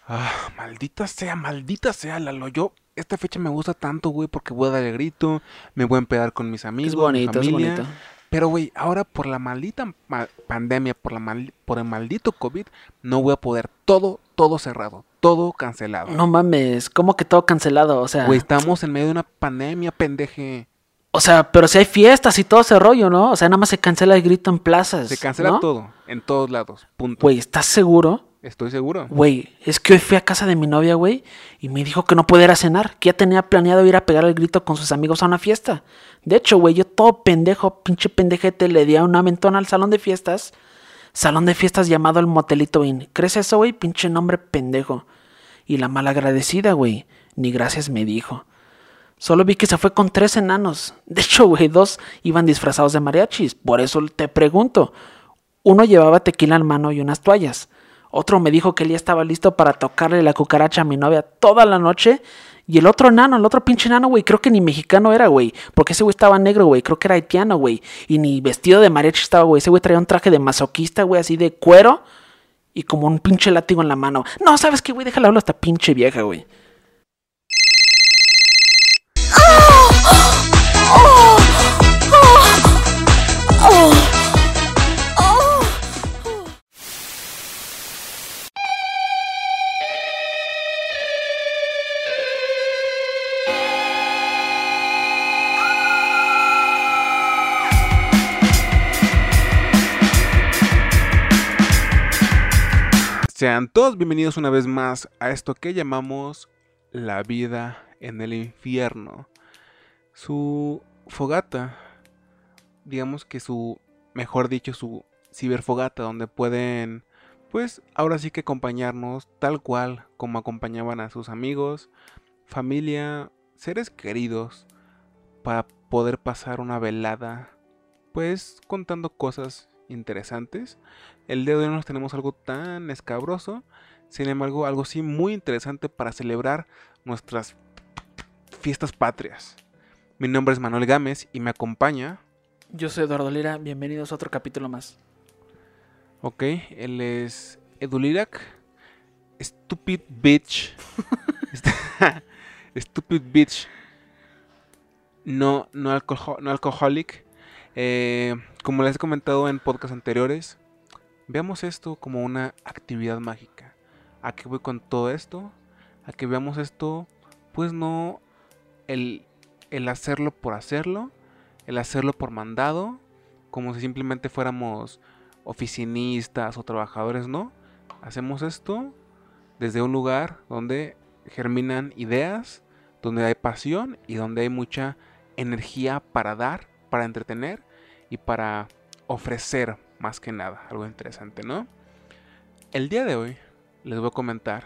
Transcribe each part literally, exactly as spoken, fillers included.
Ah, maldita sea, maldita sea, Lalo. Yo, esta fecha me gusta tanto, güey, porque voy a dar el grito, me voy a empedar con mis Es amigos, mi bonito, es familia. bonito. Pero, güey, ahora por la maldita ma- pandemia, por la mal- por el maldito COVID, no voy a poder. Todo, todo cerrado, todo cancelado. No mames, ¿cómo que todo cancelado? O Güey, sea, estamos en medio de una pandemia, pendeje. o sea, pero si hay fiestas y todo ese rollo, ¿no? O sea, nada más se cancela el grito en Se plazas, cancela ¿no? todo, en todos lados, punto. Güey, ¿estás seguro? Estoy seguro. Güey, es que hoy fui a casa de mi novia, güey, y me dijo que no podía ir a cenar, que ya tenía planeado ir a pegar el grito con sus amigos a una fiesta. De hecho, güey, yo todo pendejo, pinche pendejete, le di a un aventón al salón de fiestas. Salón de fiestas llamado el Motelito Inn. ¿Crees eso, güey? Pinche nombre pendejo. Y la malagradecida, güey, ni gracias me dijo. Solo vi que se fue con tres enanos. De hecho, güey, dos iban disfrazados de mariachis. Por eso te pregunto. Uno llevaba tequila en mano y unas toallas. Otro me dijo que él ya estaba listo para tocarle la cucaracha a mi novia toda la noche. Y el otro enano, el otro pinche enano, güey, creo que ni mexicano era, güey. Porque ese güey estaba negro, güey. Creo que era haitiano, güey. Y ni vestido de mariachi estaba, güey. Ese güey traía un traje de masoquista, güey, así de cuero. Y como un pinche látigo en la mano. No, ¿sabes qué, güey? Déjale hablar a esta pinche vieja, güey. Sean todos bienvenidos una vez más a esto que llamamos la vida en el infierno. Su fogata, digamos que su, mejor dicho, su ciberfogata, donde pueden, pues ahora sí que acompañarnos tal cual como acompañaban a sus amigos, familia, seres queridos, para poder pasar una velada, pues contando cosas interesantes. El día de hoy nos tenemos algo tan escabroso, sin embargo algo sí muy interesante para celebrar nuestras fiestas patrias. Mi nombre es Manuel Gámez y me acompaña, Yo soy Eduardo Lira. Bienvenidos a otro capítulo más. ok, él es Edulirac, Stupid Bitch, Stupid Bitch, no, no, alcohol, no alcoholic. Eh, como les he comentado en podcasts anteriores, veamos esto como una actividad mágica. ¿A qué voy con todo esto? A que veamos esto, pues no el, el hacerlo por hacerlo, el hacerlo por mandado, como si simplemente fuéramos oficinistas o trabajadores, no. Hacemos esto desde un lugar donde germinan ideas, donde hay pasión y donde hay mucha energía para dar, para entretener y para ofrecer más que nada, algo interesante, ¿no? El día de hoy les voy a comentar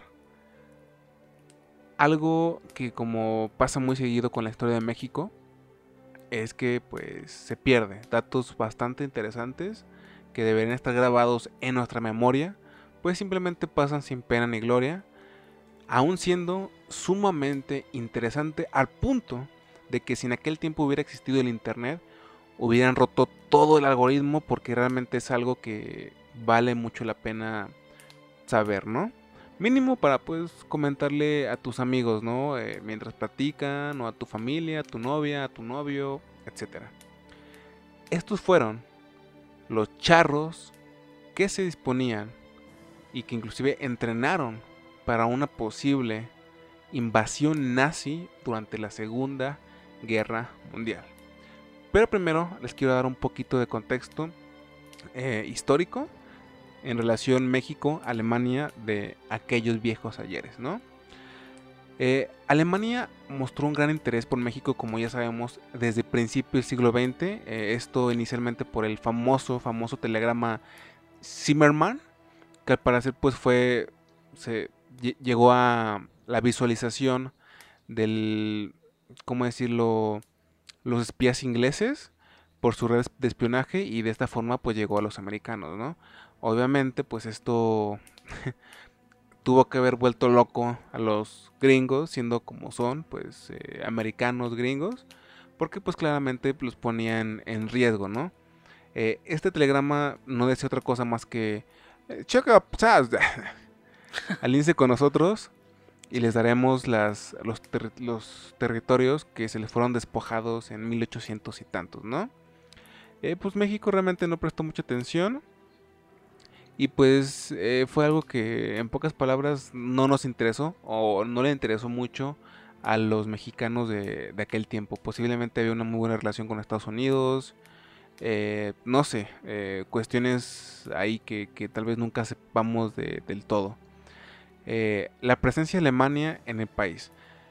algo que, como pasa muy seguido con la historia de México, es que pues se pierde datos bastante interesantes que deberían estar grabados en nuestra memoria, pues simplemente pasan sin pena ni gloria, aún siendo sumamente interesante al punto de que si en aquel tiempo hubiera existido el internet, hubieran roto todo el algoritmo, porque realmente es algo que vale mucho la pena saber, ¿no? Mínimo para pues comentarle a tus amigos, ¿no? Eh, mientras platican, o a tu familia, a tu novia, a tu novio, etcétera. Estos fueron los charros que se disponían y que inclusive entrenaron para una posible invasión nazi durante la Segunda Guerra Mundial. Pero primero les quiero dar un poquito de contexto eh, histórico en relación México-Alemania de aquellos viejos ayeres, ¿no? Eh, Alemania mostró un gran interés por México, como ya sabemos, desde principios del siglo veinte. Eh, esto inicialmente por el famoso, famoso telegrama Zimmermann, que al parecer pues fue, se llegó a la visualización del, ¿cómo decirlo?, los espías ingleses por su red de espionaje, y de esta forma pues llegó a los americanos, ¿no? Obviamente pues esto tuvo que haber vuelto loco a los gringos, siendo como son pues eh, americanos gringos, porque pues claramente los ponían en riesgo, ¿no? Eh, este telegrama no decía otra cosa más que eh, check up, Alíense con nosotros y les daremos las, los, ter- los territorios que se les fueron despojados en mil ochocientos y tantos, ¿no? Eh, pues México realmente no prestó mucha atención. Y pues eh, fue algo que en pocas palabras no nos interesó o no le interesó mucho a los mexicanos de, de aquel tiempo. Posiblemente había una muy buena relación con Estados Unidos, eh, no sé, eh, cuestiones ahí que, que tal vez nunca sepamos de- del todo. Eh, la presencia de Alemania en el país.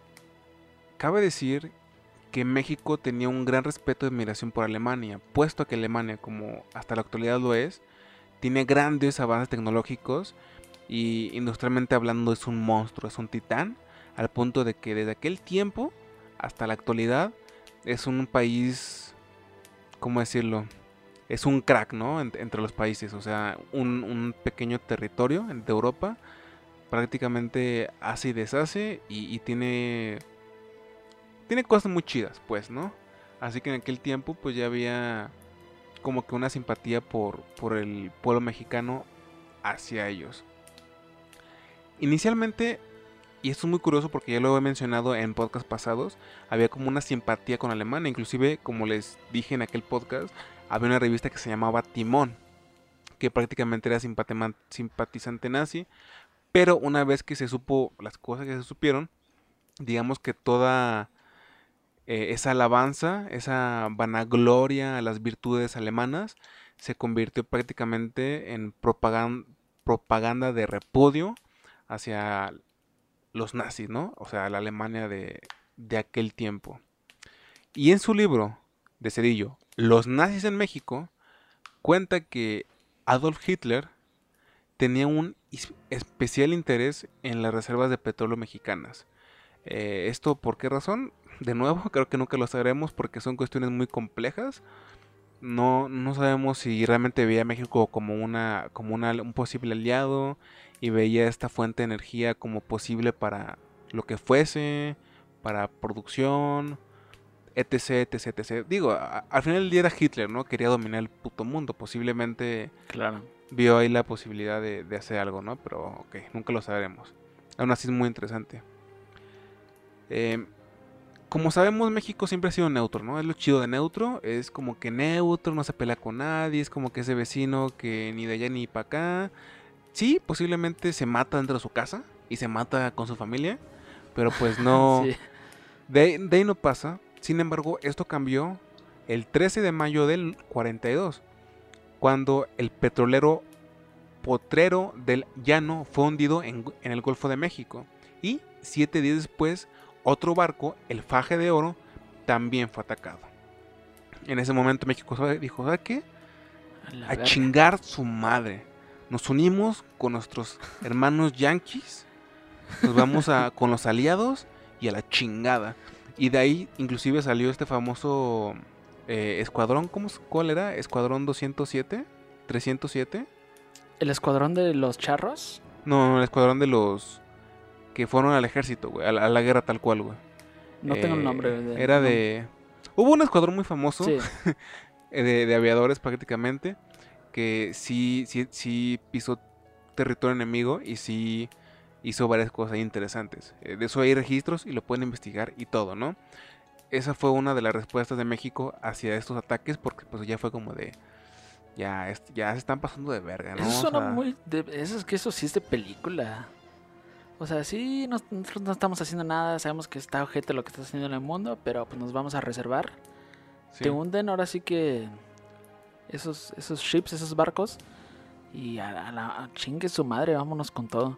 Cabe decir que México tenía un gran respeto y admiración por Alemania, puesto que Alemania, como hasta la actualidad lo es, tiene grandes avances tecnológicos y industrialmente hablando es un monstruo, es un titán, al punto de que desde aquel tiempo hasta la actualidad es un país, ¿cómo decirlo? Es un crack, ¿no? Ent- entre los países, o sea, un, un pequeño territorio de Europa prácticamente hace y deshace y, y tiene, tiene cosas muy chidas, pues, ¿no? Así que en aquel tiempo pues ya había como que una simpatía por, por el pueblo mexicano hacia ellos. Inicialmente, y esto es muy curioso porque ya lo he mencionado en podcasts pasados, había como una simpatía con Alemania. Inclusive, como les dije en aquel podcast, había una revista que se llamaba Timón, que prácticamente era simpatizante nazi. Pero una vez que se supo las cosas que se supieron, digamos que toda eh, esa alabanza, esa vanagloria a las virtudes alemanas, se convirtió prácticamente en propaganda, propaganda de repudio hacia los nazis, ¿no? O sea, la Alemania de, de aquel tiempo. Y en su libro de Cedillo, Los nazis en México, cuenta que Adolf Hitler tenía un especial interés en las reservas de petróleo mexicanas. Eh, ¿Esto por qué razón? De nuevo, creo que nunca lo sabremos porque son cuestiones muy complejas. No, no sabemos si realmente veía a México como, una, como una, un posible aliado y veía esta fuente de energía como posible para lo que fuese, para producción, etc, etc, etcétera. Digo, a- al final del día era Hitler, ¿no? Quería dominar el puto mundo. Posiblemente Claro. vio ahí la posibilidad de, de hacer algo, ¿no? Pero ok, nunca lo sabremos. Aún así es muy interesante. Eh, como sabemos, México siempre ha sido neutro, ¿no? Es lo chido de neutro, es como que neutro, no se pelea con nadie, es como que ese vecino que ni de allá ni para acá. Sí, posiblemente se mata dentro de su casa y se mata con su familia, pero pues no, Sí. de, ahí- de ahí no pasa. Sin embargo, esto cambió el trece de mayo del cuarenta y dos, cuando el petrolero Potrero del Llano fue hundido en, en el Golfo de México. Y siete días después, otro barco, el Faje de Oro, también fue atacado. En ese momento México dijo, ¿sabe qué? A la A verga. chingar su madre. Nos unimos con nuestros hermanos yanquis, nos vamos a, con los aliados y a la chingada. Y de ahí inclusive salió este famoso eh, escuadrón, ¿cómo, ¿cuál era? ¿Escuadrón doscientos siete? ¿trescientos siete? ¿El escuadrón de los charros? No, el escuadrón de los que fueron al ejército, güey, a la, a la guerra tal cual, güey. No tengo el Eh, nombre. De, era no. de... Hubo un escuadrón muy famoso Sí. eh, de, de aviadores prácticamente que sí, sí, sí pisó territorio enemigo y sí hizo varias cosas interesantes. Eh, de eso hay registros y lo pueden investigar y todo, ¿no? Esa fue una de las respuestas de México hacia estos ataques porque pues ya fue como de... Ya, es- ya se están pasando de verga, ¿no? Eso O suena sea, muy... De, eso es que eso sí es de película. O sea, sí, nos- nosotros no estamos haciendo nada. Sabemos que está ojete lo que está haciendo en el mundo. Pero pues nos vamos a reservar. sí. Te hunden ahora sí que... Esos, esos ships, esos barcos. Y a, a la a chingue su madre, vámonos con todo.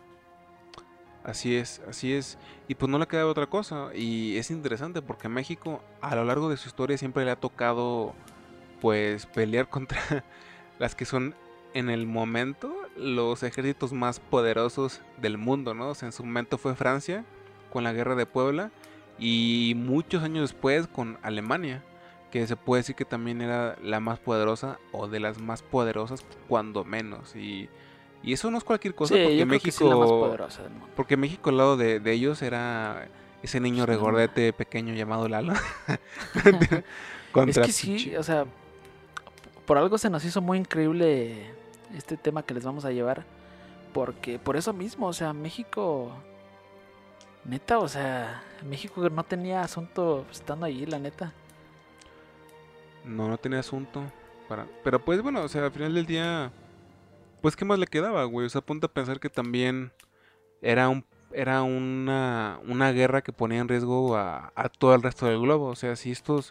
Así es, así es. Y pues no le queda otra cosa. Y es interesante porque México a lo largo de su historia siempre le ha tocado pues pelear contra las que son en el momento los ejércitos más poderosos del mundo, ¿no? O sea, en su momento fue Francia con la guerra de Puebla y muchos años después con Alemania, que se puede decir que también era la más poderosa o de las más poderosas cuando menos. Y, y eso no es cualquier cosa Sí, porque yo creo que sí es la más México... poderosa del mundo. Porque México al lado de, de ellos era ese niño Pues, no, regordete pequeño llamado Lalo. Es Contra que sí, pinche- o sea, por algo se nos hizo muy increíble este tema que les vamos a llevar. Porque por eso mismo, o sea, México, neta, o sea, México no tenía asunto estando ahí, la neta. No, no tenía asunto. Para... Pero pues bueno, o sea, al final del día, pues ¿qué más le quedaba, güey? O sea, ponte a pensar que también era un era una, una guerra que ponía en riesgo a, a todo el resto del globo. O sea, si estos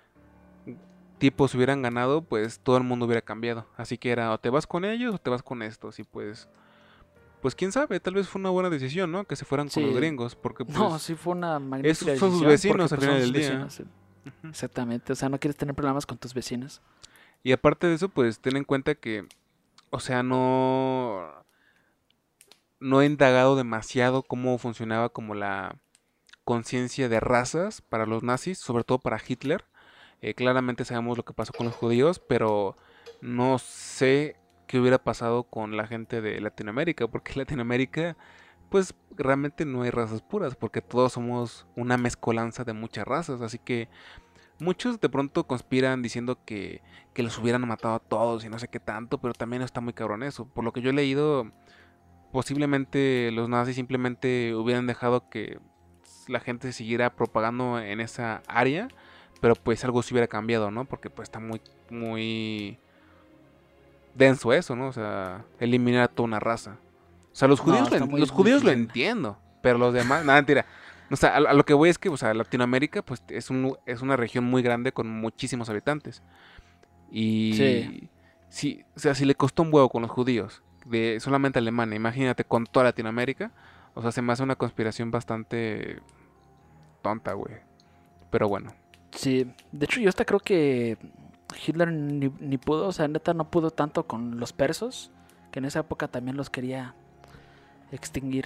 tipos hubieran ganado, pues todo el mundo hubiera cambiado. Así que era o te vas con ellos o te vas con estos. Y pues, pues quién sabe, tal vez fue una buena decisión, ¿no? Que se fueran con los Sí, gringos, porque no, pues sí fue una esos magnífica son sus decisión porque vecinos al pues son final sus del día. vecinos. Sí. Ujú. Exactamente, o sea, no quieres tener problemas con tus vecinos. Y aparte de eso, pues ten en cuenta que, o sea, no, no he indagado demasiado cómo funcionaba como la conciencia de razas para los nazis, sobre todo para Hitler. Eh, claramente sabemos lo que pasó con los judíos, pero no sé qué hubiera pasado con la gente de Latinoamérica, porque en Latinoamérica, pues realmente no hay razas puras, porque todos somos una mezcolanza de muchas razas, así que muchos de pronto conspiran diciendo que, que los hubieran matado a todos y no sé qué tanto, pero también está muy cabrón eso. Por lo que yo he leído, posiblemente los nazis simplemente hubieran dejado que la gente se siguiera propagando en esa área, pero pues algo se hubiera cambiado, ¿no? Porque pues está muy, muy denso eso, ¿no? O sea, eliminar a toda una raza. O sea, los No, judíos lo, está en- muy los judíos lo difícil. entiendo, pero los demás, nada, mentira. O sea, a, a lo que voy es que, o sea, Latinoamérica pues es, un, es una región muy grande con muchísimos habitantes. Sí, Y sí, o sea, si le costó un huevo con los judíos, de solamente Alemania, imagínate con toda Latinoamérica, o sea, se me hace una conspiración bastante tonta, güey. Pero bueno, sí. De hecho, yo hasta creo que Hitler ni, ni pudo, o sea, neta no pudo tanto con los persos, que en esa época también los quería extinguir.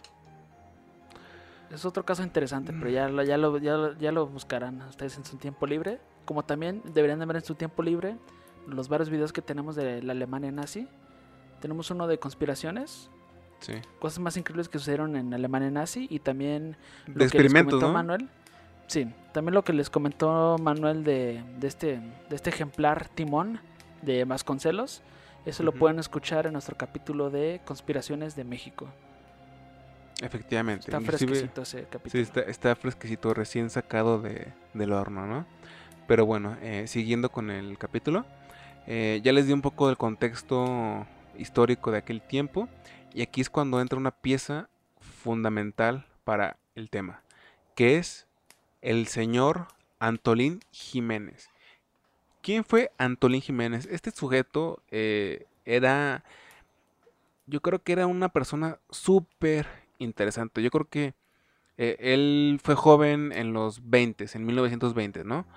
Es otro caso interesante, pero ya, lo- ya, lo, ya, lo- ya lo buscarán ustedes en su tiempo libre. Como también deberían de ver en su tiempo libre los varios videos que tenemos de la Alemania nazi. Tenemos uno de conspiraciones, sí. cosas más increíbles que sucedieron en Alemania nazi y también De lo que les experimentos, comentó ¿no? Manuel. Sí, también lo que les comentó Manuel de, de, este, de este ejemplar timón de Vasconcelos. Eso lo Ujú. pueden escuchar en nuestro capítulo de Conspiraciones de México. Efectivamente. Está Inclusive, fresquecito ese sí, capítulo. está, está fresquecito, recién sacado de, del horno, ¿no? Pero bueno, eh, siguiendo con el capítulo, eh, ya les di un poco del contexto histórico de aquel tiempo. Y aquí es cuando entra una pieza fundamental para el tema, que es el señor Antolín Jiménez. ¿Quién fue Antolín Jiménez? Este sujeto eh, era, yo creo que era una persona súper interesante. Yo creo que eh, él fue joven en los veinte, en mil novecientos veinte, ¿no?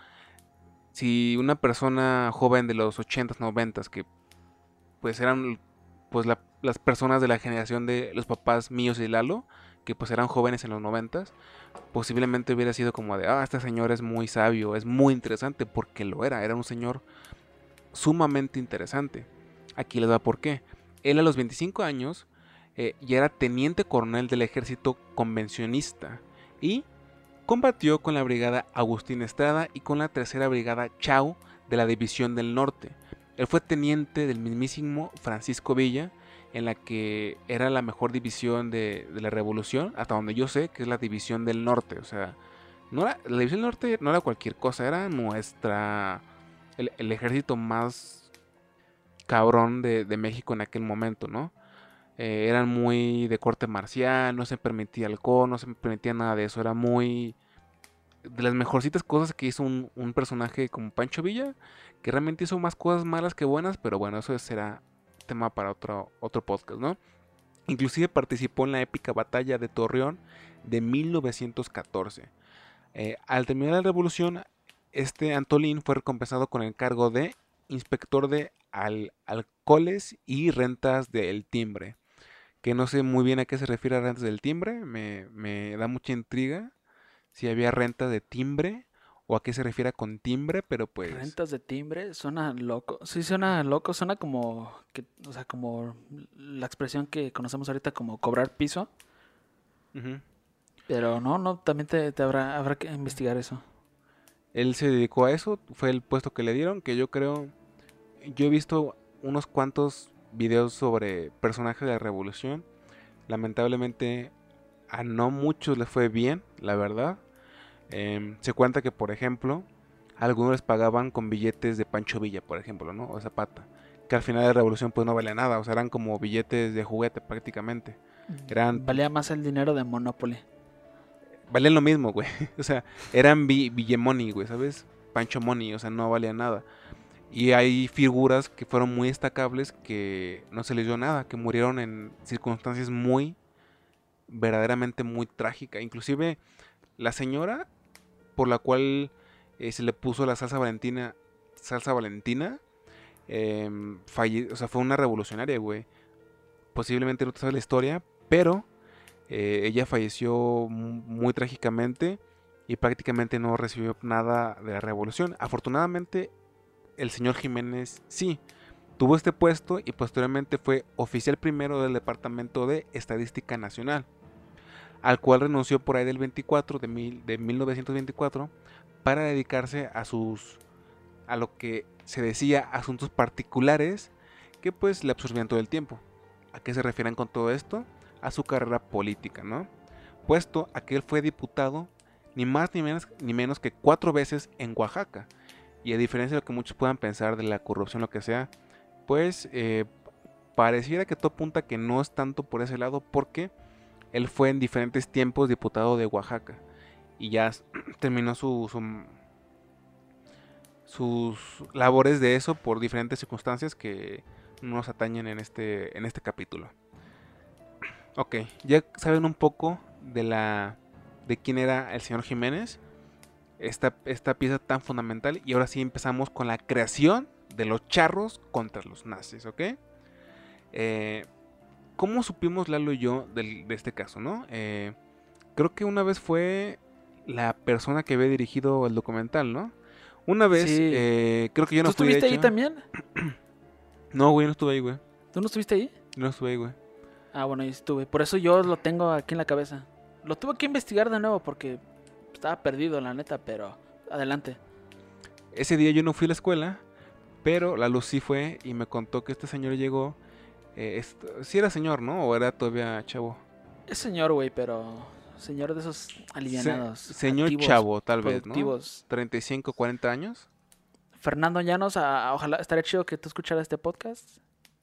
Si una persona joven de los ochentas, noventas, que pues eran pues la- las personas de la generación de los papás míos y Lalo, que pues eran jóvenes en los noventas, posiblemente hubiera sido como de, ah, este señor es muy sabio, es muy interesante, porque lo era, era un señor sumamente interesante. Aquí les va por qué. Él a los veinticinco años eh, ya era teniente coronel del ejército convencionista y combatió con la brigada Agustín Estrada y con la tercera brigada Chao de la División del Norte. Él fue teniente del mismísimo Francisco Villa, en la que era la mejor división de, de la revolución, hasta donde yo sé que es la División del Norte. O sea, no era, la División del Norte no era cualquier cosa, era nuestra... el, el ejército más cabrón de, de México en aquel momento, ¿no? Eh, eran muy de corte marcial, no se permitía alcohol, no se permitía nada de eso, era muy de las mejorcitas cosas que hizo un, un personaje como Pancho Villa, que realmente hizo más cosas malas que buenas, pero bueno, eso será tema para otro, otro podcast, ¿no? Inclusive participó en la épica batalla de Torreón de mil novecientos catorce. Eh, al terminar la revolución, este Antolín fue recompensado con el cargo de inspector de al alcoholes y rentas del timbre. Que no sé muy bien a qué se refiere a rentas del timbre, me, me da mucha intriga si había renta de timbre o a qué se refiere con timbre, pero pues... Rentas de timbre, suena loco. Sí, suena loco, suena como que, o sea, como la expresión que conocemos ahorita como cobrar piso. Ujú. Pero no, no, también te, te habrá, habrá que investigar eso. Él se dedicó a eso, fue el puesto que le dieron, que yo creo, yo he visto unos cuantos videos sobre personajes de la revolución. Lamentablemente a no muchos les fue bien, la verdad. Eh, se cuenta que, por ejemplo, algunos les pagaban con billetes de Pancho Villa, por ejemplo, ¿no? O Zapata, que al final de la revolución pues no valía nada, o sea, eran como billetes de juguete prácticamente. Eran, Valía más el dinero de Monopoly. valían lo mismo, güey. O sea, eran bi Money, güey, ¿sabes? Pancho Money, o sea, no valía nada. Y hay figuras que fueron muy destacables que no se les dio nada, que murieron en circunstancias muy, verdaderamente muy trágicas. Inclusive la señora por la cual eh, se le puso la salsa valentina, salsa valentina, eh, falle o sea, fue una revolucionaria, güey. Posiblemente no te sabes la historia, pero eh, ella falleció muy, muy trágicamente y prácticamente no recibió nada de la revolución. Afortunadamente, el señor Jiménez sí tuvo este puesto y posteriormente fue oficial primero del Departamento de Estadística Nacional, al cual renunció por ahí del veinticuatro de, mil, de mil novecientos veinticuatro para dedicarse a sus a lo que se decía asuntos particulares que pues le absorbían todo el tiempo. ¿A qué se refieren con todo esto? A su carrera política, ¿no? Puesto a que él fue diputado ni más ni menos, ni menos que cuatro veces en Oaxaca. Y a diferencia de lo que muchos puedan pensar de la corrupción, lo que sea, pues eh, pareciera que todo apunta que no es tanto por ese lado, porque él fue en diferentes tiempos diputado de Oaxaca y ya terminó su, su, sus labores de eso por diferentes circunstancias que no nos atañen en este, en este capítulo. Ok, ya saben un poco de la de quién era el señor Jiménez, esta, esta pieza tan fundamental, y ahora sí empezamos con la creación de los charros contra los nazis, ¿ok? Eh, ¿Cómo supimos Lalo y yo de, de este caso, no? Eh, creo que una vez fue la persona que había dirigido el documental, ¿no? Una vez, Sí. eh, creo que yo no ¿Tú fui, de estuviste ahí hecho. también? No, güey, no estuve ahí, güey. ¿Tú no estuviste ahí? No estuve ahí, güey. Ah, bueno, ahí estuve. Por eso yo lo tengo aquí en la cabeza. Lo tuve que investigar de nuevo porque estaba perdido, la neta, pero adelante. Ese día yo no fui a la escuela, pero la luz sí fue y me contó que este señor llegó. Eh, esto, sí era señor, ¿no? ¿O era todavía chavo? Es señor, güey, pero señor de esos alivianados. Se, señor activos, chavo, tal vez, ¿no? productivos. treinta y cinco, cuarenta años. Fernando Llanos, a, a, ojalá estaría chido que tú escucharas este podcast.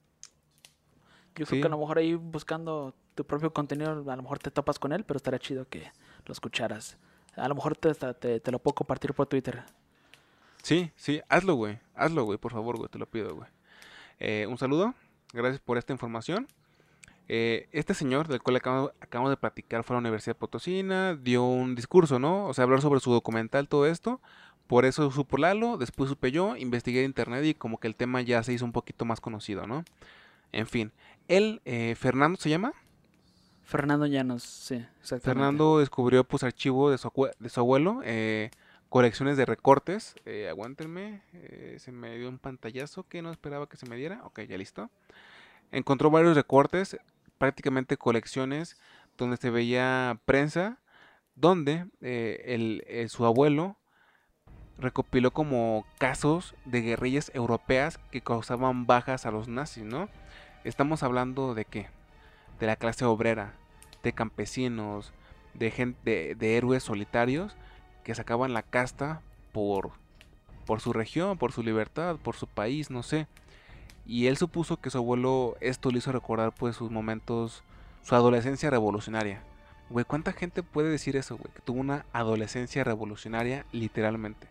Yo Sí. creo que a lo mejor ahí buscando tu propio contenido, a lo mejor te topas con él, pero estaría chido que lo escucharas. A lo mejor te, te, te lo puedo compartir por Twitter. Sí, sí, hazlo, güey. Hazlo, güey, por favor, güey, te lo pido, güey. Eh, un saludo, gracias por esta información. Eh, este señor del cual acabamos, acabamos de platicar fue a la Universidad de Potosina, dio un discurso, ¿no? O sea, hablar sobre su documental, todo esto. Por eso supo Lalo, después supe yo, investigué en internet y como que el tema ya se hizo un poquito más conocido, ¿no? En fin, él, eh, Fernando se llama. Fernando Llanos, sí, exactamente. Fernando descubrió pues archivo de su, de su abuelo, eh, colecciones de recortes. Eh, aguántenme, eh, se me dio un pantallazo que no esperaba que se me diera. Ok, ya listo. Encontró varios recortes, prácticamente colecciones donde se veía prensa, donde eh, el, eh, su abuelo recopiló como casos de guerrillas europeas que causaban bajas a los nazis, ¿no? Estamos hablando de qué? De la clase obrera, de campesinos, de gente, de, de héroes solitarios que sacaban la casta por, por su región, por su libertad, por su país, no sé. Y él supuso que su abuelo esto le hizo recordar pues sus momentos, su adolescencia revolucionaria. Güey, ¿cuánta gente puede decir eso, güey? Que tuvo una adolescencia revolucionaria literalmente.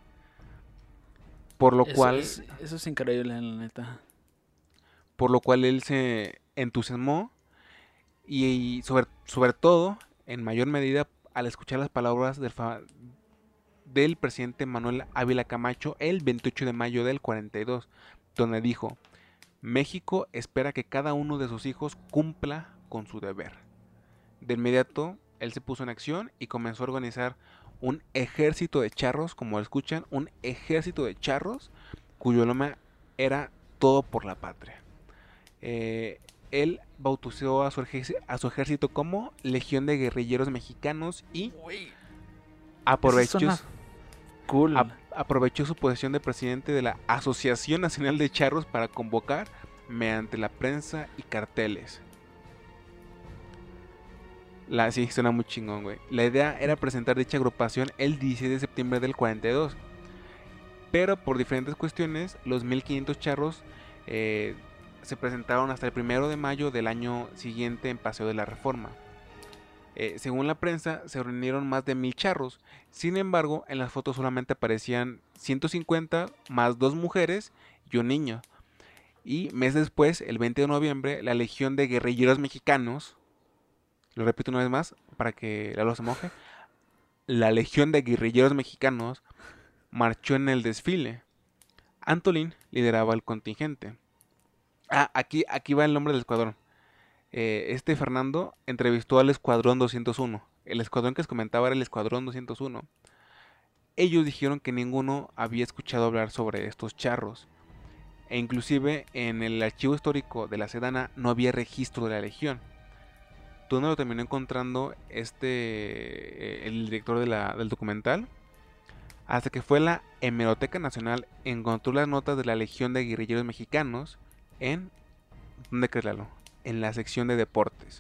Por lo eso, cual... Es, eso es increíble, la neta. Por lo cual él se entusiasmó y, y sobre, sobre todo, en mayor medida, al escuchar las palabras del, fa del presidente Manuel Ávila Camacho el veintiocho de mayo del cuarenta y dos, donde dijo: México espera que cada uno de sus hijos cumpla con su deber. De inmediato, él se puso en acción y comenzó a organizar un ejército de charros, como lo escuchan, un ejército de charros, cuyo lema era todo por la patria. Eh, él bautizó a su, a su ejército como Legión de Guerrilleros Mexicanos y aprovechó, cool. a, aprovechó su posición de presidente de la Asociación Nacional de Charros para convocar mediante la prensa y carteles. La, sí, suena muy chingón, güey. La idea era presentar dicha agrupación el dieciséis de septiembre del cuarenta y dos. Pero por diferentes cuestiones, los mil quinientos charros eh, se presentaron hasta el primero de mayo del año siguiente en Paseo de la Reforma. Eh, según la prensa, se reunieron más de mil charros. Sin embargo, en las fotos solamente aparecían ciento cincuenta más dos mujeres y un niño. Y mes después, el veinte de noviembre, la Legión de Guerrilleros Mexicanos, lo repito una vez más para que la luz se moje, la Legión de Guerrilleros Mexicanos marchó en el desfile. Antolín lideraba el contingente. Ah, aquí, aquí va el nombre del escuadrón. Eh, este Fernando entrevistó al escuadrón doscientos uno. El escuadrón que les comentaba era el escuadrón doscientos uno. Ellos dijeron que ninguno había escuchado hablar sobre estos charros. E inclusive en el archivo histórico de la Sedana no había registro de la legión. ¿Dónde lo terminó encontrando este eh, el director de la, del documental? Hasta que fue la Hemeroteca Nacional, encontró las notas de la Legión de Guerrilleros Mexicanos en... ¿Dónde crees, Lalo? En la sección de deportes.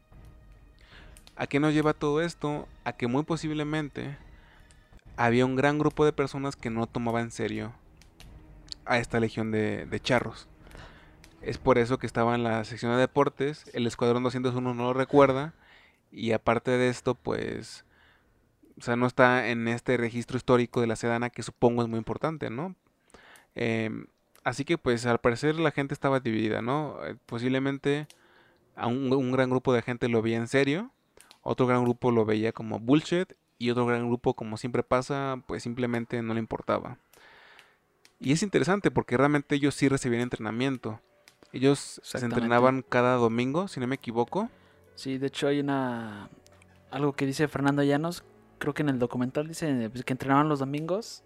¿A qué nos lleva todo esto? A que muy posiblemente había un gran grupo de personas que no tomaba en serio a esta legión de, de charros. Es por eso que estaba en la sección de deportes. El escuadrón doscientos uno no lo recuerda. Y aparte de esto, pues... O sea, no está en este registro histórico de la Sedana, que supongo es muy importante, ¿no? Eh, así que, pues, al parecer la gente estaba dividida, ¿no? Eh, posiblemente a un, un gran grupo de gente lo veía en serio. Otro gran grupo lo veía como bullshit. Y otro gran grupo, como siempre pasa, pues simplemente no le importaba. Y es interesante porque realmente ellos sí recibían entrenamiento. Ellos se entrenaban cada domingo, si no me equivoco. Sí, de hecho hay una... Algo que dice Fernando Llanos, creo que en el documental dice pues, que entrenaban los domingos.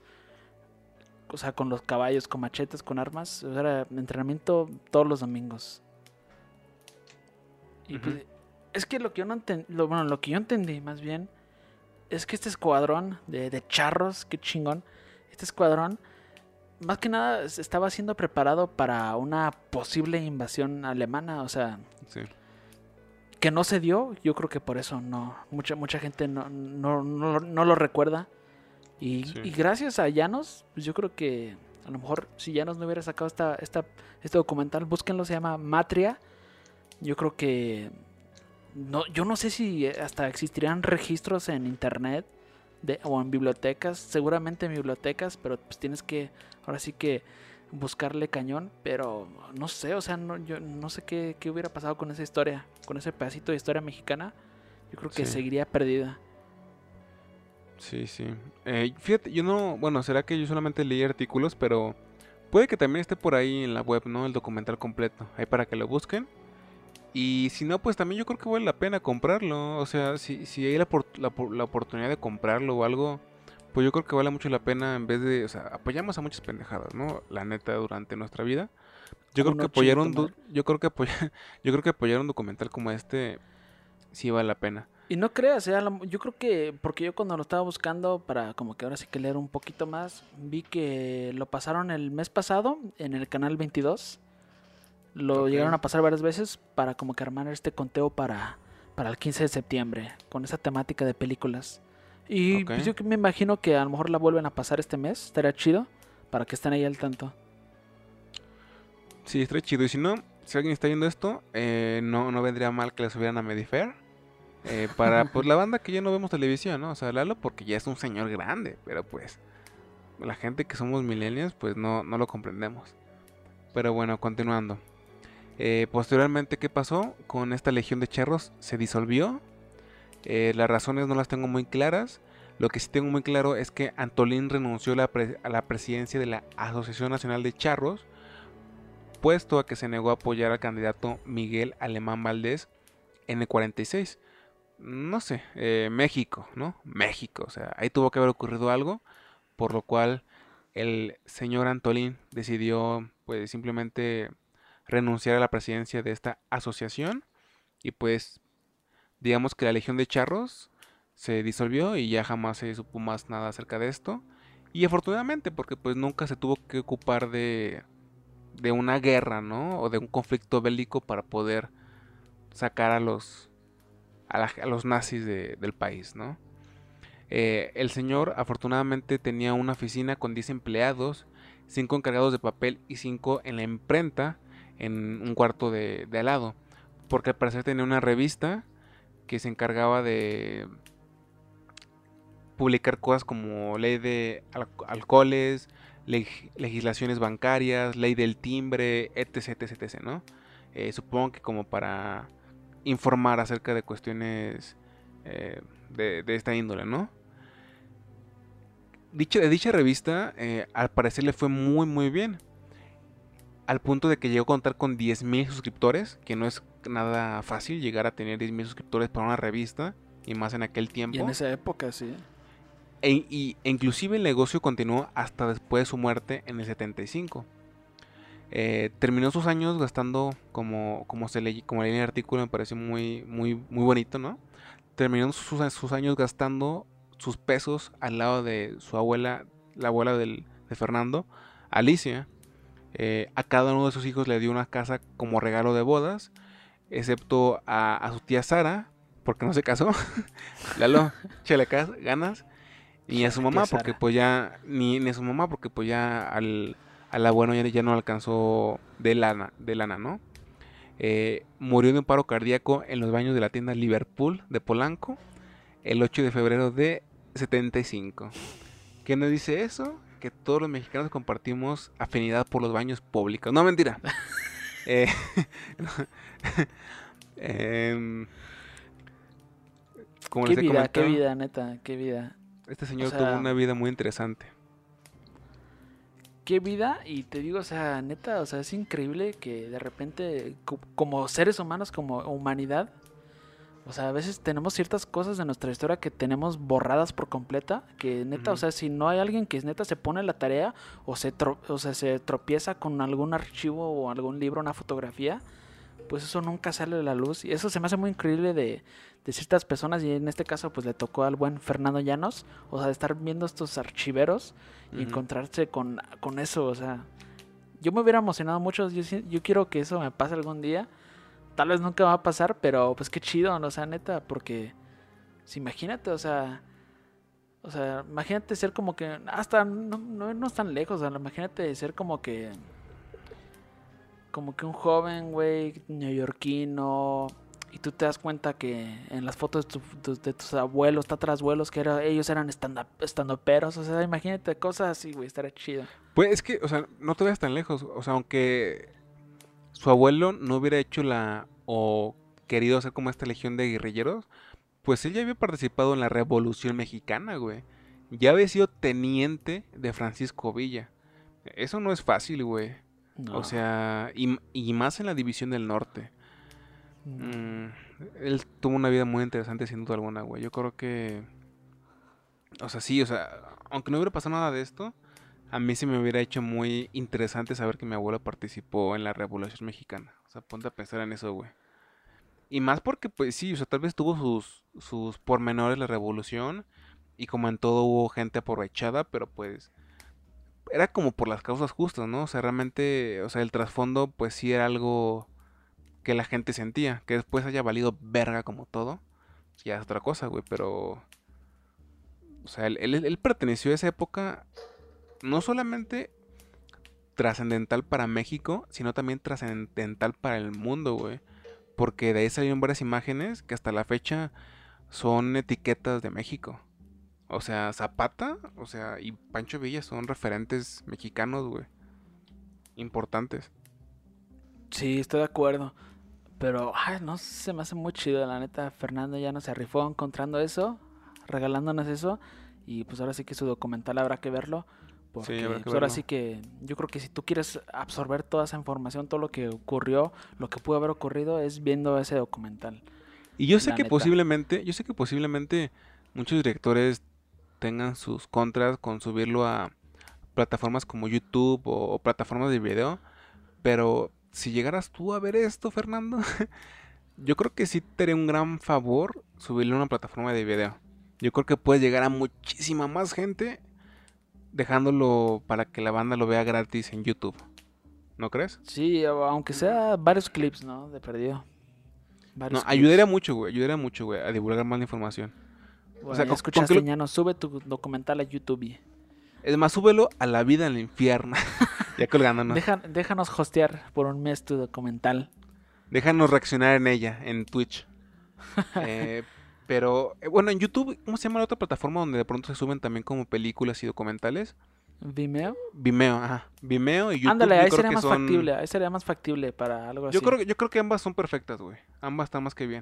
O sea, con los caballos, con machetes, con armas. O sea, era entrenamiento todos los domingos. Y uh-huh. pues, es que lo que yo no entendí, lo, bueno, lo que yo entendí más bien, es que este escuadrón de, de charros, qué chingón, este escuadrón... Más que nada estaba siendo preparado para una posible invasión alemana, o sea, sí. Que no se dio. Yo creo que por eso no, mucha mucha gente no, no, no, no lo recuerda. Y, sí. y gracias a Llanos, pues yo creo que a lo mejor si Llanos no hubiera sacado esta, esta, este documental, búsquenlo, se llama Matria. Yo creo que no, yo no sé si hasta existirían registros en internet. De, o en bibliotecas, seguramente en bibliotecas, pero pues tienes que, ahora sí que buscarle cañón, pero no sé, o sea, no, yo no sé qué, qué hubiera pasado con esa historia, con ese pedacito de historia mexicana, yo creo que sí. seguiría perdida. Sí, sí. Eh, fíjate, yo no, bueno, será que yo solamente leí artículos, pero puede que también esté por ahí en la web, ¿no? El documental completo, ahí para que lo busquen. Y si no, pues también yo creo que vale la pena comprarlo. O sea, si, si hay la, la, la oportunidad de comprarlo o algo, pues yo creo que vale mucho la pena en vez de... O sea, apoyamos a muchas pendejadas, ¿no? La neta, durante nuestra vida. Yo creo que apoyar un... Du- yo creo que apoyar, yo creo que apoyar un documental como este sí vale la pena. Y no creas, ¿eh? Yo creo que... Porque yo cuando lo estaba buscando para como que ahora sí que leer un poquito más, vi que lo pasaron el mes pasado en el canal veintidós. Lo okay. llegaron a pasar varias veces para como que armar este conteo para, para el quince de septiembre, con esa temática de películas. Y okay. pues yo me imagino que a lo mejor la vuelven a pasar este mes, estaría chido, para que estén ahí al tanto. Sí, estaría chido. Y si no, si alguien está viendo esto, eh, no, no vendría mal que le subieran a Medifair. Eh, para pues la banda que ya no vemos televisión, ¿no? O sea, Lalo porque ya es un señor grande, pero pues la gente que somos millennials, pues no, no lo comprendemos. Pero bueno, continuando. Eh, posteriormente, ¿qué pasó? Con esta legión de charros se disolvió. Eh, las razones no las tengo muy claras. Lo que sí tengo muy claro es que Antolín renunció a la, pre- a la presidencia de la Asociación Nacional de Charros, puesto a que se negó a apoyar al candidato Miguel Alemán Valdés en el cuarenta y seis. No sé, eh, México, ¿no? México, o sea, ahí tuvo que haber ocurrido algo, por lo cual el señor Antolín decidió, pues, simplemente renunciar a la presidencia de esta asociación y pues digamos que la Legión de Charros se disolvió y ya jamás se supo más nada acerca de esto, y afortunadamente porque pues nunca se tuvo que ocupar de de una guerra, ¿no? O de un conflicto bélico para poder sacar a los, a, la, a los nazis de, del país, ¿no? Eh, el señor afortunadamente tenía una oficina con diez empleados, cinco encargados de papel y cinco en la imprenta en un cuarto de, de al lado. Porque al parecer tenía una revista que se encargaba de publicar cosas como ley de al alcoholes, leg legislaciones bancarias, ley del timbre, etc, etc, etc, ¿no? Eh, supongo que como para informar acerca de cuestiones eh, de, de esta índole, ¿no? Dicha, de dicha revista, eh, al parecer le fue muy muy bien. Al punto de que llegó a contar con diez mil suscriptores, que no es nada fácil llegar a tener diez mil suscriptores para una revista, y más en aquel tiempo. Y en esa época, sí. E, y, e inclusive el negocio continuó hasta después de su muerte en el setenta y cinco. Eh, terminó sus años gastando, como, como, se leí, como leí en el artículo, me pareció muy, muy, muy bonito, ¿no? Terminó sus, sus años gastando sus pesos al lado de su abuela, la abuela del, de Fernando, Alicia. Eh, a cada uno de sus hijos le dio una casa como regalo de bodas, excepto a, a su tía Sara, porque no se casó. Lalo, échale ganas. Ni a su mamá, porque pues ya, ni, ni a su mamá, porque pues ya al, al abuelo ya, ya no alcanzó de lana, de lana, ¿no? Eh, murió de un paro cardíaco en los baños de la tienda Liverpool de Polanco el ocho de febrero de setenta y cinco. ¿Qué nos dice eso? Que todos los mexicanos compartimos afinidad por los baños públicos. No, mentira. eh, eh, como qué vida, qué vida, neta, qué vida. Este señor o sea, tuvo una vida muy interesante. Qué vida, y te digo, o sea, neta, o sea, es increíble que de repente, como seres humanos, como humanidad, o sea, a veces tenemos ciertas cosas de nuestra historia que tenemos borradas por completa, que neta, uh-huh. o sea, si no hay alguien que neta se pone la tarea o se, tro- o sea, se tropieza con algún archivo o algún libro, una fotografía, pues eso nunca sale a la luz. Y eso se me hace muy increíble de, de ciertas personas, y en este caso pues le tocó al buen Fernando Llanos, o sea, de estar viendo estos archiveros uh-huh. y encontrarse con, con eso, o sea, yo me hubiera emocionado mucho, yo, yo quiero que eso me pase algún día. Tal vez nunca va a pasar, pero pues qué chido, o sea, neta, porque pues, imagínate, o sea, o sea, imagínate ser como que, hasta no, no, no es tan lejos, o sea, imagínate ser como que, como que un joven, güey, neoyorquino, y tú te das cuenta que en las fotos de, tu, de, de tus abuelos, tatarabuelos, que era, ellos eran stand-uperos, o sea, imagínate cosas así, güey, estaría chido. Pues es que, o sea, no te vayas tan lejos, o sea, aunque su abuelo no hubiera hecho la o querido hacer como esta legión de guerrilleros, pues él ya había participado en la Revolución Mexicana, güey. Ya había sido teniente de Francisco Villa. Eso no es fácil, güey. No. O sea, y, y más en la División del Norte. No. Mm, él tuvo una vida muy interesante sin duda alguna, güey. Yo creo que... O sea, sí, o sea, aunque no hubiera pasado nada de esto, a mí sí me hubiera hecho muy interesante saber que mi abuelo participó en la Revolución Mexicana. O sea, ponte a pensar en eso, güey. Y más porque, pues sí, o sea, tal vez tuvo sus, sus pormenores la revolución. Y como en todo hubo gente aprovechada, pero pues... Era como por las causas justas, ¿no? O sea, realmente, o sea, el trasfondo, pues sí era algo que la gente sentía. Que después haya valido verga como todo. Ya es otra cosa, güey, pero... O sea, él, él, él perteneció a esa época... No solamente trascendental para México, sino también trascendental para el mundo, güey. Porque de ahí salieron varias imágenes que hasta la fecha son etiquetas de México. O sea, Zapata, o sea, y Pancho Villa son referentes mexicanos, güey. Importantes. Sí, estoy de acuerdo. Pero, ay, no, se me hace muy chido, la neta. Fernando ya no se rifó encontrando eso, regalándonos eso. Y pues ahora sí que su documental habrá que verlo. Porque sí, pues verlo. Ahora sí que yo creo que si tú quieres absorber toda esa información, todo lo que ocurrió, lo que pudo haber ocurrido, es viendo ese documental. Y yo sé que neta. posiblemente, yo sé que posiblemente muchos directores tengan sus contras con subirlo a plataformas como YouTube o, o plataformas de video, pero si llegaras tú a ver esto, Fernando, yo creo que sí te haría un gran favor subirlo a una plataforma de video. Yo creo que puedes llegar a muchísima más gente dejándolo para que la banda lo vea gratis en YouTube. ¿no crees? Sí, o- aunque sea varios clips, ¿no? De perdido. No, Varios ayudaría clips. mucho, güey, ayudaría mucho, güey, a divulgar más la información. O Bueno, sea, ya con, con qué escuchaste, lo- Ñano. Sube tu documental a YouTube. es más, súbelo a la vida en el infierno. Ya colgándonos. Deja, déjanos hostear por un mes tu documental. Déjanos reaccionar en ella, en Twitch. Eh, pero, eh, bueno, en YouTube, ¿cómo se llama la otra plataforma donde de pronto se suben también como películas y documentales? Vimeo. Vimeo, ajá. Vimeo y YouTube, Ándale, yo ahí creo sería que más son... factible. Ahí sería más factible para algo Yo así. creo, yo creo que ambas son perfectas, güey. Ambas están más que bien.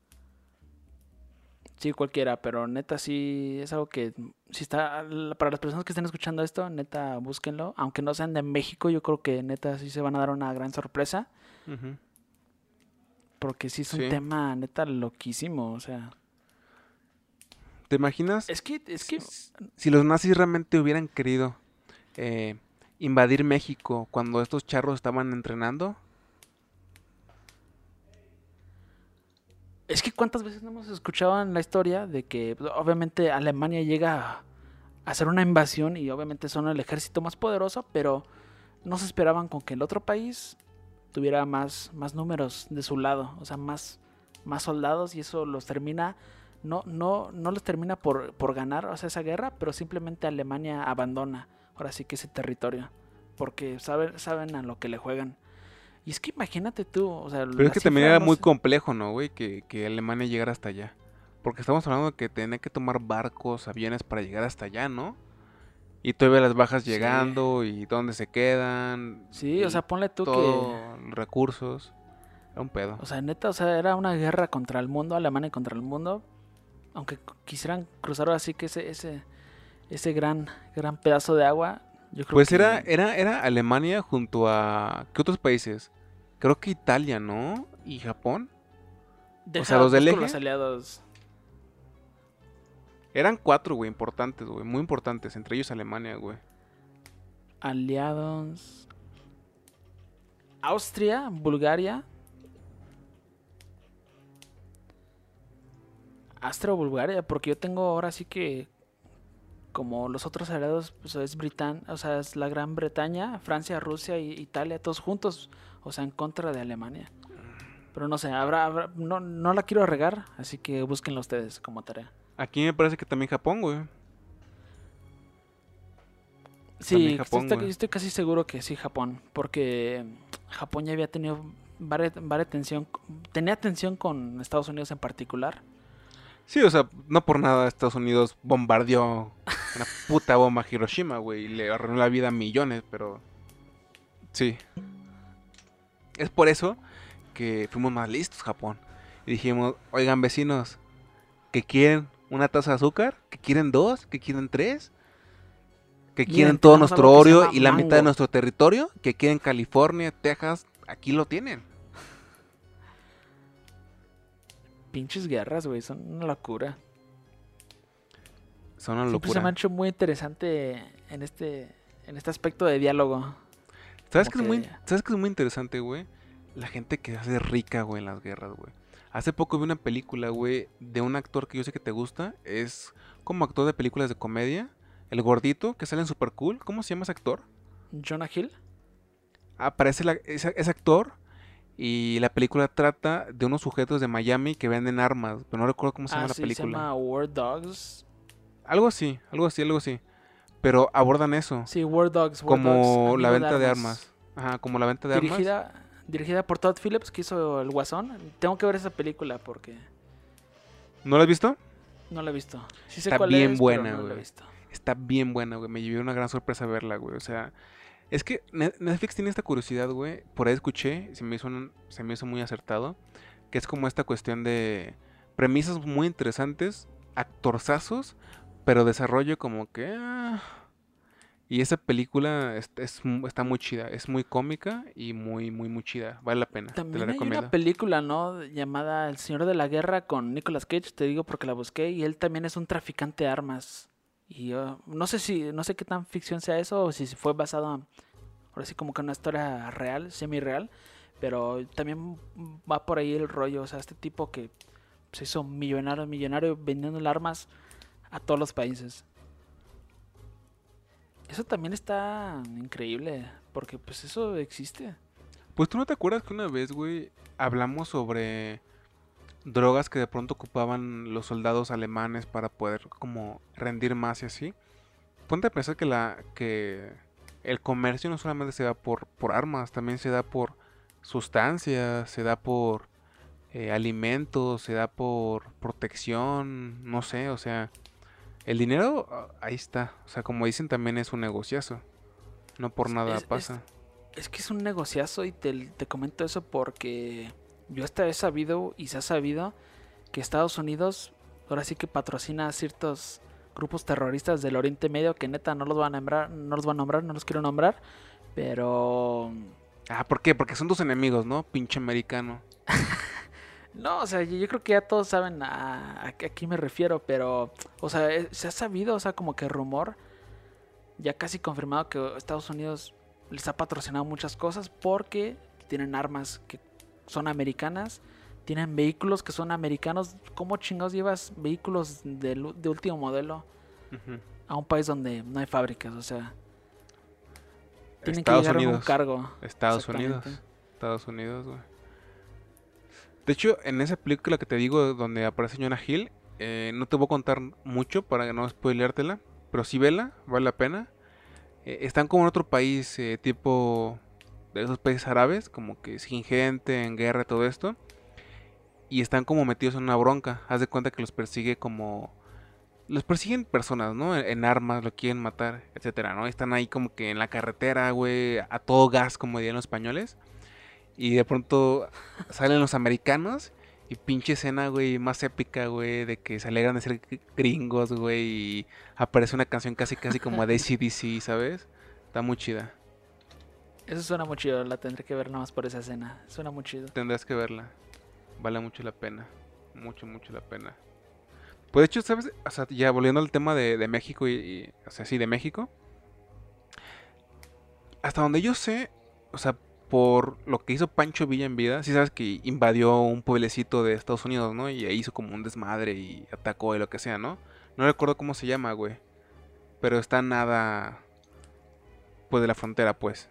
Sí, cualquiera, pero neta sí es algo que si está para las personas que estén escuchando esto, neta búsquenlo, aunque no sean de México, yo creo que neta sí se van a dar una gran sorpresa, Ujú. porque sí es un Sí. tema neta loquísimo, o sea, ¿Te imaginas es que es si, que si los nazis realmente hubieran querido eh, invadir México cuando estos charros estaban entrenando? es que cuántas veces no hemos escuchado en la historia de que pues, obviamente Alemania llega a hacer una invasión y obviamente son el ejército más poderoso, pero no se esperaban con que el otro país tuviera más, más números de su lado, o sea, más, más soldados y eso los termina, no, no, no los termina por, por ganar, o sea, esa guerra, pero simplemente Alemania abandona ahora sí que ese territorio, porque saben, saben a lo que le juegan. Y es que imagínate tú, o sea, Pero es la que también cifra era no muy sé. complejo, ¿no, güey? Que, que Alemania llegara hasta allá. Porque estamos hablando de que tenía que tomar barcos, aviones para llegar hasta allá, ¿no? Y todavía las bajas Sí, llegando y dónde se quedan sí, o y sea, ponle tú que, todo, recursos. Era un pedo. o sea, neta, o sea, era una guerra contra el mundo, Alemania contra el mundo, aunque quisieran cruzar así que ese, ese, ese gran, gran pedazo de agua, yo creo Pues era, que era, era Alemania junto a... ¿Qué otros países? Creo que Italia, ¿no? ¿Y Japón? O sea, deja, los del busco los eje. aliados. Eran cuatro, güey, importantes, güey. Muy importantes. Entre ellos Alemania, güey. Aliados. Austria, Bulgaria. Austria o Bulgaria, porque yo tengo ahora sí que como los otros aliados, pues es Britan, o sea, es la Gran Bretaña, Francia, Rusia y Italia, todos juntos, o sea, en contra de Alemania. Pero no sé, habrá, habrá- no, no la quiero regar, así que búsquenla ustedes como tarea. Aquí me parece que también Japón, güey. También Sí, Japón, estoy, güey. estoy casi seguro que sí, Japón, porque Japón ya había tenido varia, varia tensión, tenía tensión con Estados Unidos en particular. Sí, o sea, no por nada Estados Unidos bombardeó una puta bomba a Hiroshima, güey. Y le arruinó la vida a millones, pero... Sí. Es por eso que fuimos más listos, Japón. Y dijimos, oigan, vecinos, ¿que quieren una taza de azúcar? ¿Que quieren dos? ¿Que quieren tres? ¿Que quieren Miren, todo tenemos nuestro algo que se Oreo llama y la mitad de mango. nuestro territorio? ¿Que quieren California, Texas? Aquí lo tienen. Pinches guerras, güey, son una locura. Son una Siempre se me ha locura. hecho muy interesante en este, en este aspecto de diálogo. ¿Sabes Como qué es muy, que ¿sabes qué es muy interesante, güey? La gente que se hace rica, güey, en las guerras, güey. Hace poco vi una película, güey, de un actor que yo sé que te gusta. Es como actor de películas de comedia. El gordito, que sale en Super Cool. ¿Cómo se llama ese actor? Jonah Hill. Aparece la- ese, ese actor y la película trata de unos sujetos de Miami que venden armas. Pero no recuerdo cómo se Ah, llama la sí, se película. llama War Dogs. Algo así, algo así, algo así. Pero abordan eso. Sí, War Dogs, War Dogs, Como la amigo de venta de armas. armas. Ajá, como la venta de armas. Dirigida, dirigida por Todd Phillips, que hizo El Guasón. Tengo que ver esa película porque ¿No la has visto? no la he visto. Sí sé Está cuál bien es, buena, pero no la he güey. visto. Está bien buena, güey. Me llevé una gran sorpresa verla, güey. O sea, es que Ne- Netflix tiene esta curiosidad, güey. Por ahí escuché, se me hizo, un- se me hizo muy acertado. Que es como esta cuestión de premisas muy interesantes, actorzazos, pero desarrollo como que... ah. Y esa película es- es mu- está muy chida. Es muy cómica y muy, muy, muy chida. Vale la pena. Te la También hay una recomiendo. película, ¿no? Llamada El Señor de la Guerra con Nicolas Cage, te digo porque la busqué y él también es un traficante de armas. Y yo no sé si, no sé qué tan ficción sea eso o si fue basado, ahora sí como que una historia real, semi-real, pero también va por ahí el rollo, o sea, este tipo que se hizo millonario, millonario vendiendo armas a todos los países. Eso también está increíble, porque pues eso existe. Pues tú no te acuerdas que una vez, güey, hablamos sobre drogas que de pronto ocupaban los soldados alemanes para poder como rendir más y así. Ponte a pensar que la que el comercio no solamente se da por, por armas, también se da por sustancias, se da por eh, alimentos, se da por protección, no sé, o sea, el dinero ah, ahí está, o sea, como dicen también es un negociazo, no por nada Es, es, pasa. es que es un negociazo y te, te comento eso porque yo hasta he sabido y se ha sabido que Estados Unidos ahora sí que patrocina a ciertos grupos terroristas del Oriente Medio que neta no los van a nombrar, no los van a nombrar, no los quiero nombrar, pero Ah, ¿por qué? Porque son tus enemigos, ¿no? Pinche americano. no, o sea, yo, yo creo que ya todos saben a, a, a qué me refiero, pero o sea, eh, se ha sabido, o sea, como que rumor ya casi confirmado que Estados Unidos les ha patrocinado muchas cosas porque tienen armas que son americanas, tienen vehículos que son americanos. ¿Cómo chingados llevas vehículos de, de último modelo Ujú. a un país donde no hay fábricas? O sea, tienen que Estados llegar en un Unidos. cargo. Estados Unidos. Estados Unidos, güey. De hecho, en esa película que te digo donde aparece Jonah Hill, eh, no te voy a contar mucho para no spoileártela, pero sí vela, vale la pena. Eh, están como en otro país, eh, tipo de esos países árabes, como que sin gente, en guerra, todo esto. Y están como metidos en una bronca. Haz de cuenta que los persigue como... Los persiguen personas, ¿no? En, en armas, lo quieren matar, etcétera, ¿no? Están ahí como que en la carretera, güey, a todo gas, como dirían los españoles. Y de pronto salen los americanos y pinche escena, güey, más épica, güey, de que se alegran de ser gringos, güey, y aparece una canción casi casi como de A C D C, ¿sabes? Está muy chida. Eso suena muy chido, la tendré que ver nada más por esa escena. Suena muy chido. Tendrás que verla. Vale mucho la pena. Mucho, mucho la pena. Pues de hecho, ¿sabes? O sea, ya volviendo al tema de, de México y, y, o sea, sí, de México. Hasta donde yo sé, o sea, por lo que hizo Pancho Villa en vida, sí sabes que invadió un pueblecito de Estados Unidos, ¿no? Y ahí hizo como un desmadre y atacó y lo que sea, ¿no? No recuerdo cómo se llama, güey. Pero está nada, pues, de la frontera, pues.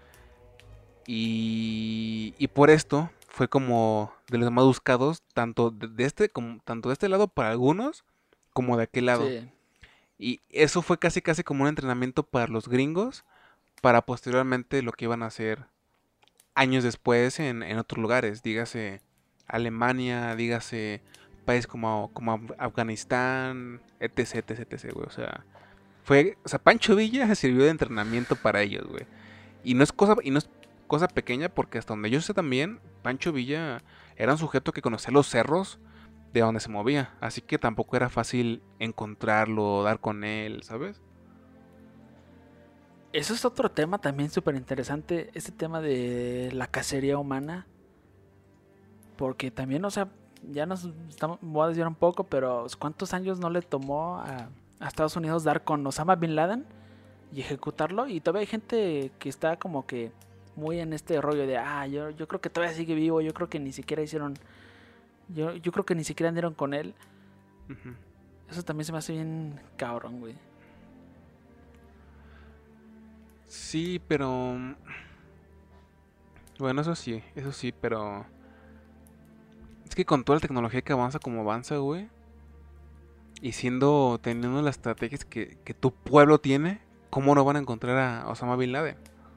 Y, y por esto fue como de los más buscados, tanto de, de este, como, tanto de este lado para algunos, como de aquel lado. Sí. Y eso fue casi casi como un entrenamiento para los gringos, para posteriormente lo que iban a hacer años después en, en otros lugares, dígase Alemania, dígase países como, como Af- Afganistán, etc, etc, etc, güey. O sea, fue, o sea, Pancho Villa sirvió de entrenamiento para ellos, güey. Y no es cosa, y no es cosa pequeña porque hasta donde yo sé también, Pancho Villa era un sujeto que conocía los cerros de donde se movía, así que tampoco era fácil encontrarlo, dar con él, ¿sabes? Eso es otro tema también súper interesante, este tema de la cacería humana. Porque también, o sea, ya nos estamos, me voy a desviar un poco, pero ¿cuántos años no le tomó a, a Estados Unidos dar con Osama Bin Laden y ejecutarlo? Y todavía hay gente que está como que muy en este rollo de, ah, yo, yo creo que todavía sigue vivo, yo creo que ni siquiera hicieron, yo, yo creo que ni siquiera andieron con él. Ujú. Eso también se me hace bien cabrón, güey. Sí, pero... Bueno, eso sí, eso sí, pero... Es que con toda la tecnología que avanza como avanza, güey, y siendo, teniendo las estrategias que, que tu pueblo tiene, ¿cómo no van a encontrar a Osama Bin Laden?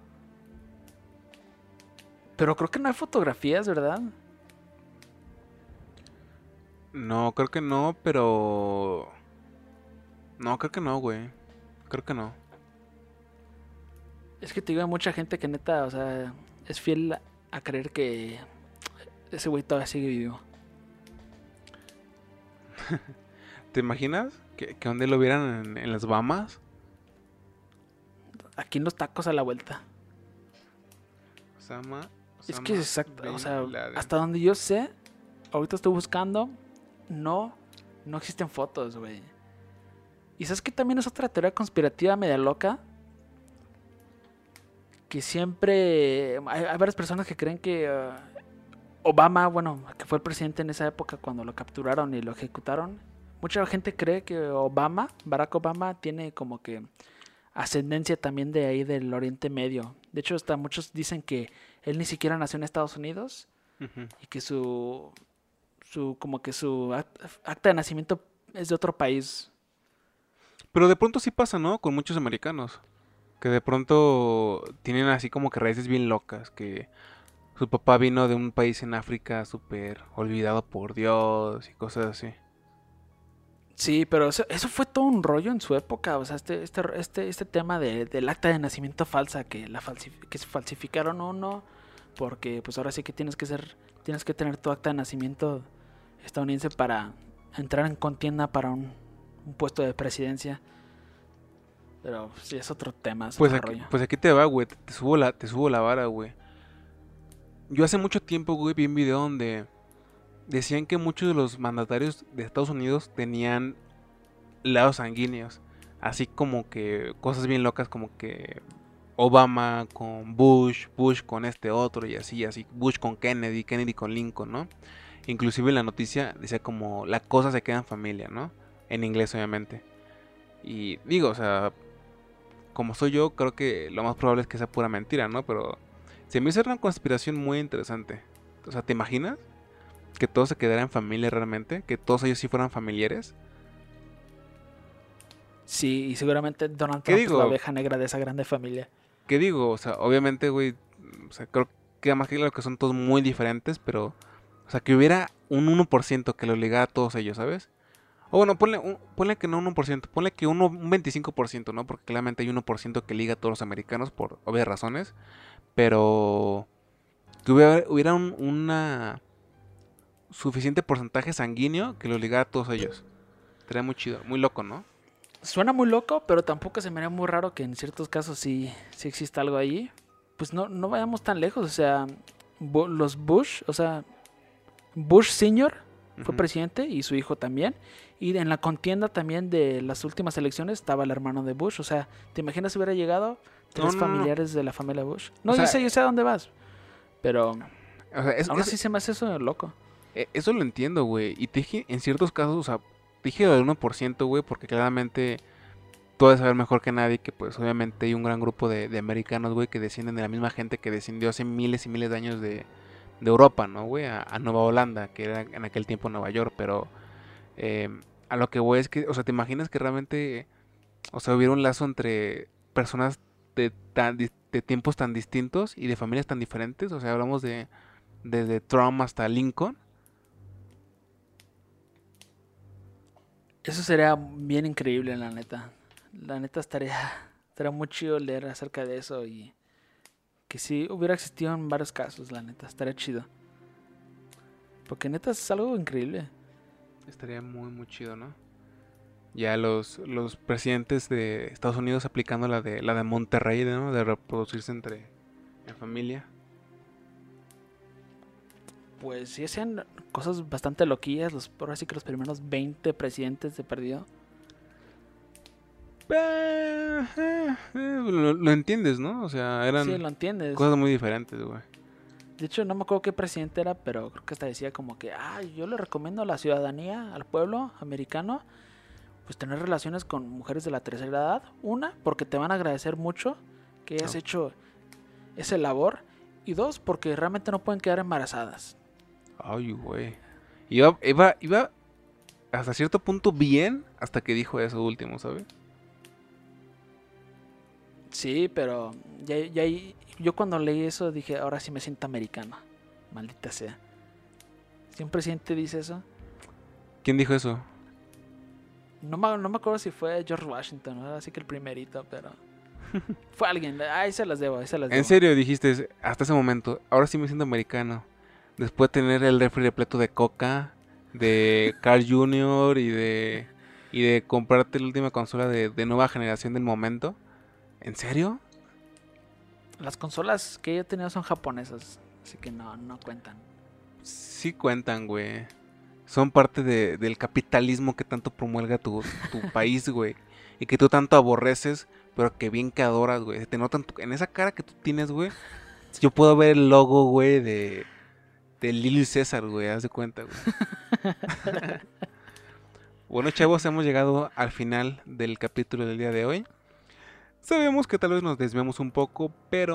Pero creo que no hay fotografías, ¿verdad? No, creo que no, pero... No, creo que no, güey. Creo que no. Es que te digo, hay mucha gente que neta, o sea, es fiel a creer que ese güey todavía sigue vivo. ¿Te imaginas? Que, que donde lo vieran en, en las Bahamas. Aquí en los tacos a la vuelta. Osama, Es que Osama es exacto, o Bin sea, Laden. hasta donde yo sé, ahorita estoy buscando, no, no existen fotos, güey. Y sabes que también es otra teoría conspirativa media loca, que siempre hay, hay varias personas que creen que uh, Obama, bueno, que fue el presidente en esa época cuando lo capturaron y lo ejecutaron, mucha gente cree que Obama, Barack Obama, tiene como que ascendencia también de ahí del Oriente Medio, De hecho, hasta muchos dicen que él ni siquiera nació en Estados Unidos Ujú. y que su, su como que su act- acta de nacimiento es de otro país. Pero de pronto sí pasa, ¿no? Con muchos americanos. Que de pronto tienen así como que raíces bien locas. Que su papá vino de un país en África súper olvidado por Dios y cosas así. Sí, pero eso, eso fue todo un rollo en su época. O sea, este, este, este, este tema de, del acta de nacimiento falsa, que la falsif- que se falsificaron o no, porque pues ahora sí que tienes que ser, tienes que tener tu acta de nacimiento estadounidense para entrar en contienda para un, un puesto de presidencia. Pero sí, es otro tema, es Pues otro aquí, rollo. pues aquí te va, güey. Te subo la, te subo la vara, güey. Yo hace mucho tiempo, güey, vi un video donde decían que muchos de los mandatarios de Estados Unidos tenían lados sanguíneos. Así como que cosas bien locas como que Obama con Bush, Bush con este otro y así, así. Bush con Kennedy, Kennedy con Lincoln, ¿no? Inclusive la noticia decía como la cosa se queda en familia, ¿no? En inglés obviamente. Y digo, o sea, como soy yo, creo que lo más probable es que sea pura mentira, ¿no? Pero se me hizo una conspiración muy interesante. O sea, ¿te imaginas? Que todo se quedara en familia realmente, que todos ellos sí fueran familiares. Sí, y seguramente Donald ¿Qué Trump es la digo? oveja negra de esa grande familia. ¿Qué digo? O sea, obviamente, güey, o sea, creo que más que claro que son todos muy diferentes, pero, o sea, que hubiera un uno por ciento que lo ligara a todos ellos, ¿sabes? O bueno, ponle, un- ponle que no un uno por ciento, ponle que uno, un veinticinco por ciento, ¿no? Porque claramente hay uno por ciento que liga a todos los americanos por obvias razones, pero que hubiera, hubiera un una suficiente porcentaje sanguíneo que lo ligara a todos ellos. Estaría muy chido, muy loco, ¿no? Suena muy loco, pero tampoco se me haría muy raro que en ciertos casos sí, sí exista algo ahí. Pues no, no vayamos tan lejos, o sea, Bu- los Bush, o sea, Bush senior fue Ujú. presidente y su hijo también. Y en la contienda también de las últimas elecciones estaba el hermano de Bush. O sea, ¿te imaginas si hubiera llegado No, tres no, no, no. familiares de la familia Bush? O No, yo sea, sé, yo sé a dónde vas. Pero o sea, es, aún es- así se me hace eso loco. e- eso lo entiendo, güey. Y te dije, en ciertos casos, o sea, te dije del uno por ciento, güey, porque claramente tú debes saber mejor que nadie que, pues, obviamente hay un gran grupo de, de americanos, güey, que descienden de la misma gente que descendió hace miles y miles de años de, de Europa, ¿no, güey? A, a Nueva Holanda, que era en aquel tiempo Nueva York, pero eh, a lo que voy es que, o sea, ¿te imaginas que realmente, o sea, hubiera un lazo entre personas de, tan, dis- de tiempos tan distintos y de familias tan diferentes? O sea, hablamos de desde Trump hasta Lincoln. Eso sería bien increíble, la neta. La neta estaría, estaría muy chido leer acerca de eso y que sí hubiera existido en varios casos, la neta. Estaría chido. Porque neta es algo increíble. Estaría muy, muy chido, ¿no? Ya los, los presidentes de Estados Unidos aplicando la de la de Monterrey, ¿no? De reproducirse entre en familia. Pues sí hacían cosas bastante loquillas. Los, ahora sí que los primeros veinte presidentes de perdido. Eh, eh, eh, lo, lo entiendes, ¿no? O sea, Sí, eran lo entiendes. cosas muy diferentes, güey. De hecho, no me acuerdo qué presidente era, pero creo que hasta decía como que, ah, yo le recomiendo a la ciudadanía, al pueblo americano, pues tener relaciones con mujeres de la tercera edad. Una, porque te van a agradecer mucho que hayas No. hecho esa labor. Y dos, porque realmente no pueden quedar embarazadas. Ay, güey. Iba, iba, iba hasta cierto punto bien hasta que dijo eso último, ¿sabes? Sí, pero ya, ya, yo cuando leí eso dije, ahora sí me siento americano. Maldita sea. Si un presidente dice eso, ¿Quién dijo eso? no me, no me acuerdo si fue George Washington, ¿no? Así que el primerito, pero fue alguien. Ahí se las debo, ahí se las debo. En serio dijiste hasta ese momento, ahora sí me siento americano. Después de tener el refri repleto de coca, de Carl junior y de y de comprarte la última consola de, de nueva generación del momento. ¿En serio? Las consolas que yo he tenido son japonesas, así que no, no cuentan. Sí cuentan, güey. Son parte de, del capitalismo que tanto promulga tu, tu país, güey. Y que tú tanto aborreces, pero que bien que adoras, güey. Se te notan tu- en esa cara que tú tienes, güey. Yo puedo ver el logo, güey, de, de Lili César, güey. Haz de cuenta, güey. Bueno, chavos, hemos llegado al final del capítulo del día de hoy. Sabemos que tal vez nos desviamos un poco, pero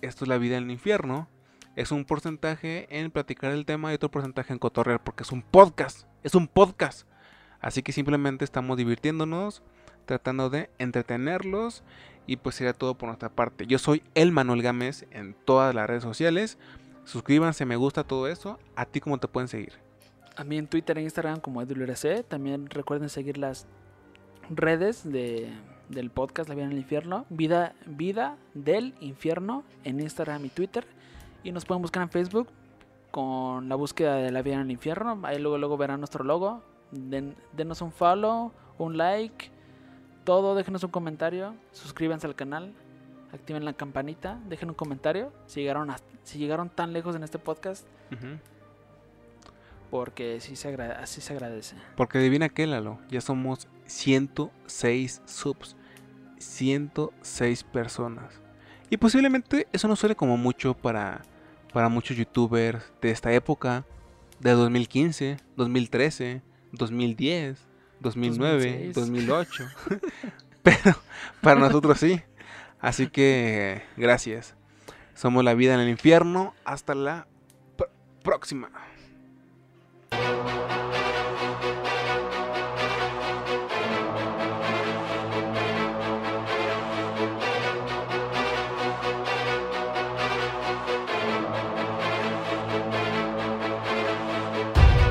esto es la vida en el infierno. Es un porcentaje en platicar el tema y otro porcentaje en cotorrear, porque es un podcast, es un podcast. Así que simplemente estamos divirtiéndonos, tratando de entretenerlos, y pues sería todo por nuestra parte. Yo soy el Manuel Gámez en todas las redes sociales. Suscríbanse, me gusta todo eso. ¿A ti cómo te pueden seguir? A mí en Twitter e Instagram como edulrc. También recuerden seguir las redes de, del podcast La Vida en el Infierno. Vida, Vida del Infierno en Instagram y Twitter. Y nos pueden buscar en Facebook con la búsqueda de La Vida en el Infierno. Ahí luego, luego verán nuestro logo. Den, denos un follow, un like, todo. Déjenos un comentario. Suscríbanse al canal. Activen la campanita. Dejen un comentario si llegaron, a, si llegaron tan lejos en este podcast. Uh-huh. Porque sí se, agra- así se agradece. Porque adivina qué, Lalo. Ya somos ciento seis subs. ciento seis personas. Y posiblemente eso no suene como mucho para... para muchos youtubers de esta época, de dos mil quince, dos mil trece, dos mil diez, dos mil nueve, dos mil ocho. Pero para nosotros sí. Así que gracias. Somos La Vida en el Infierno. Hasta la pr- próxima.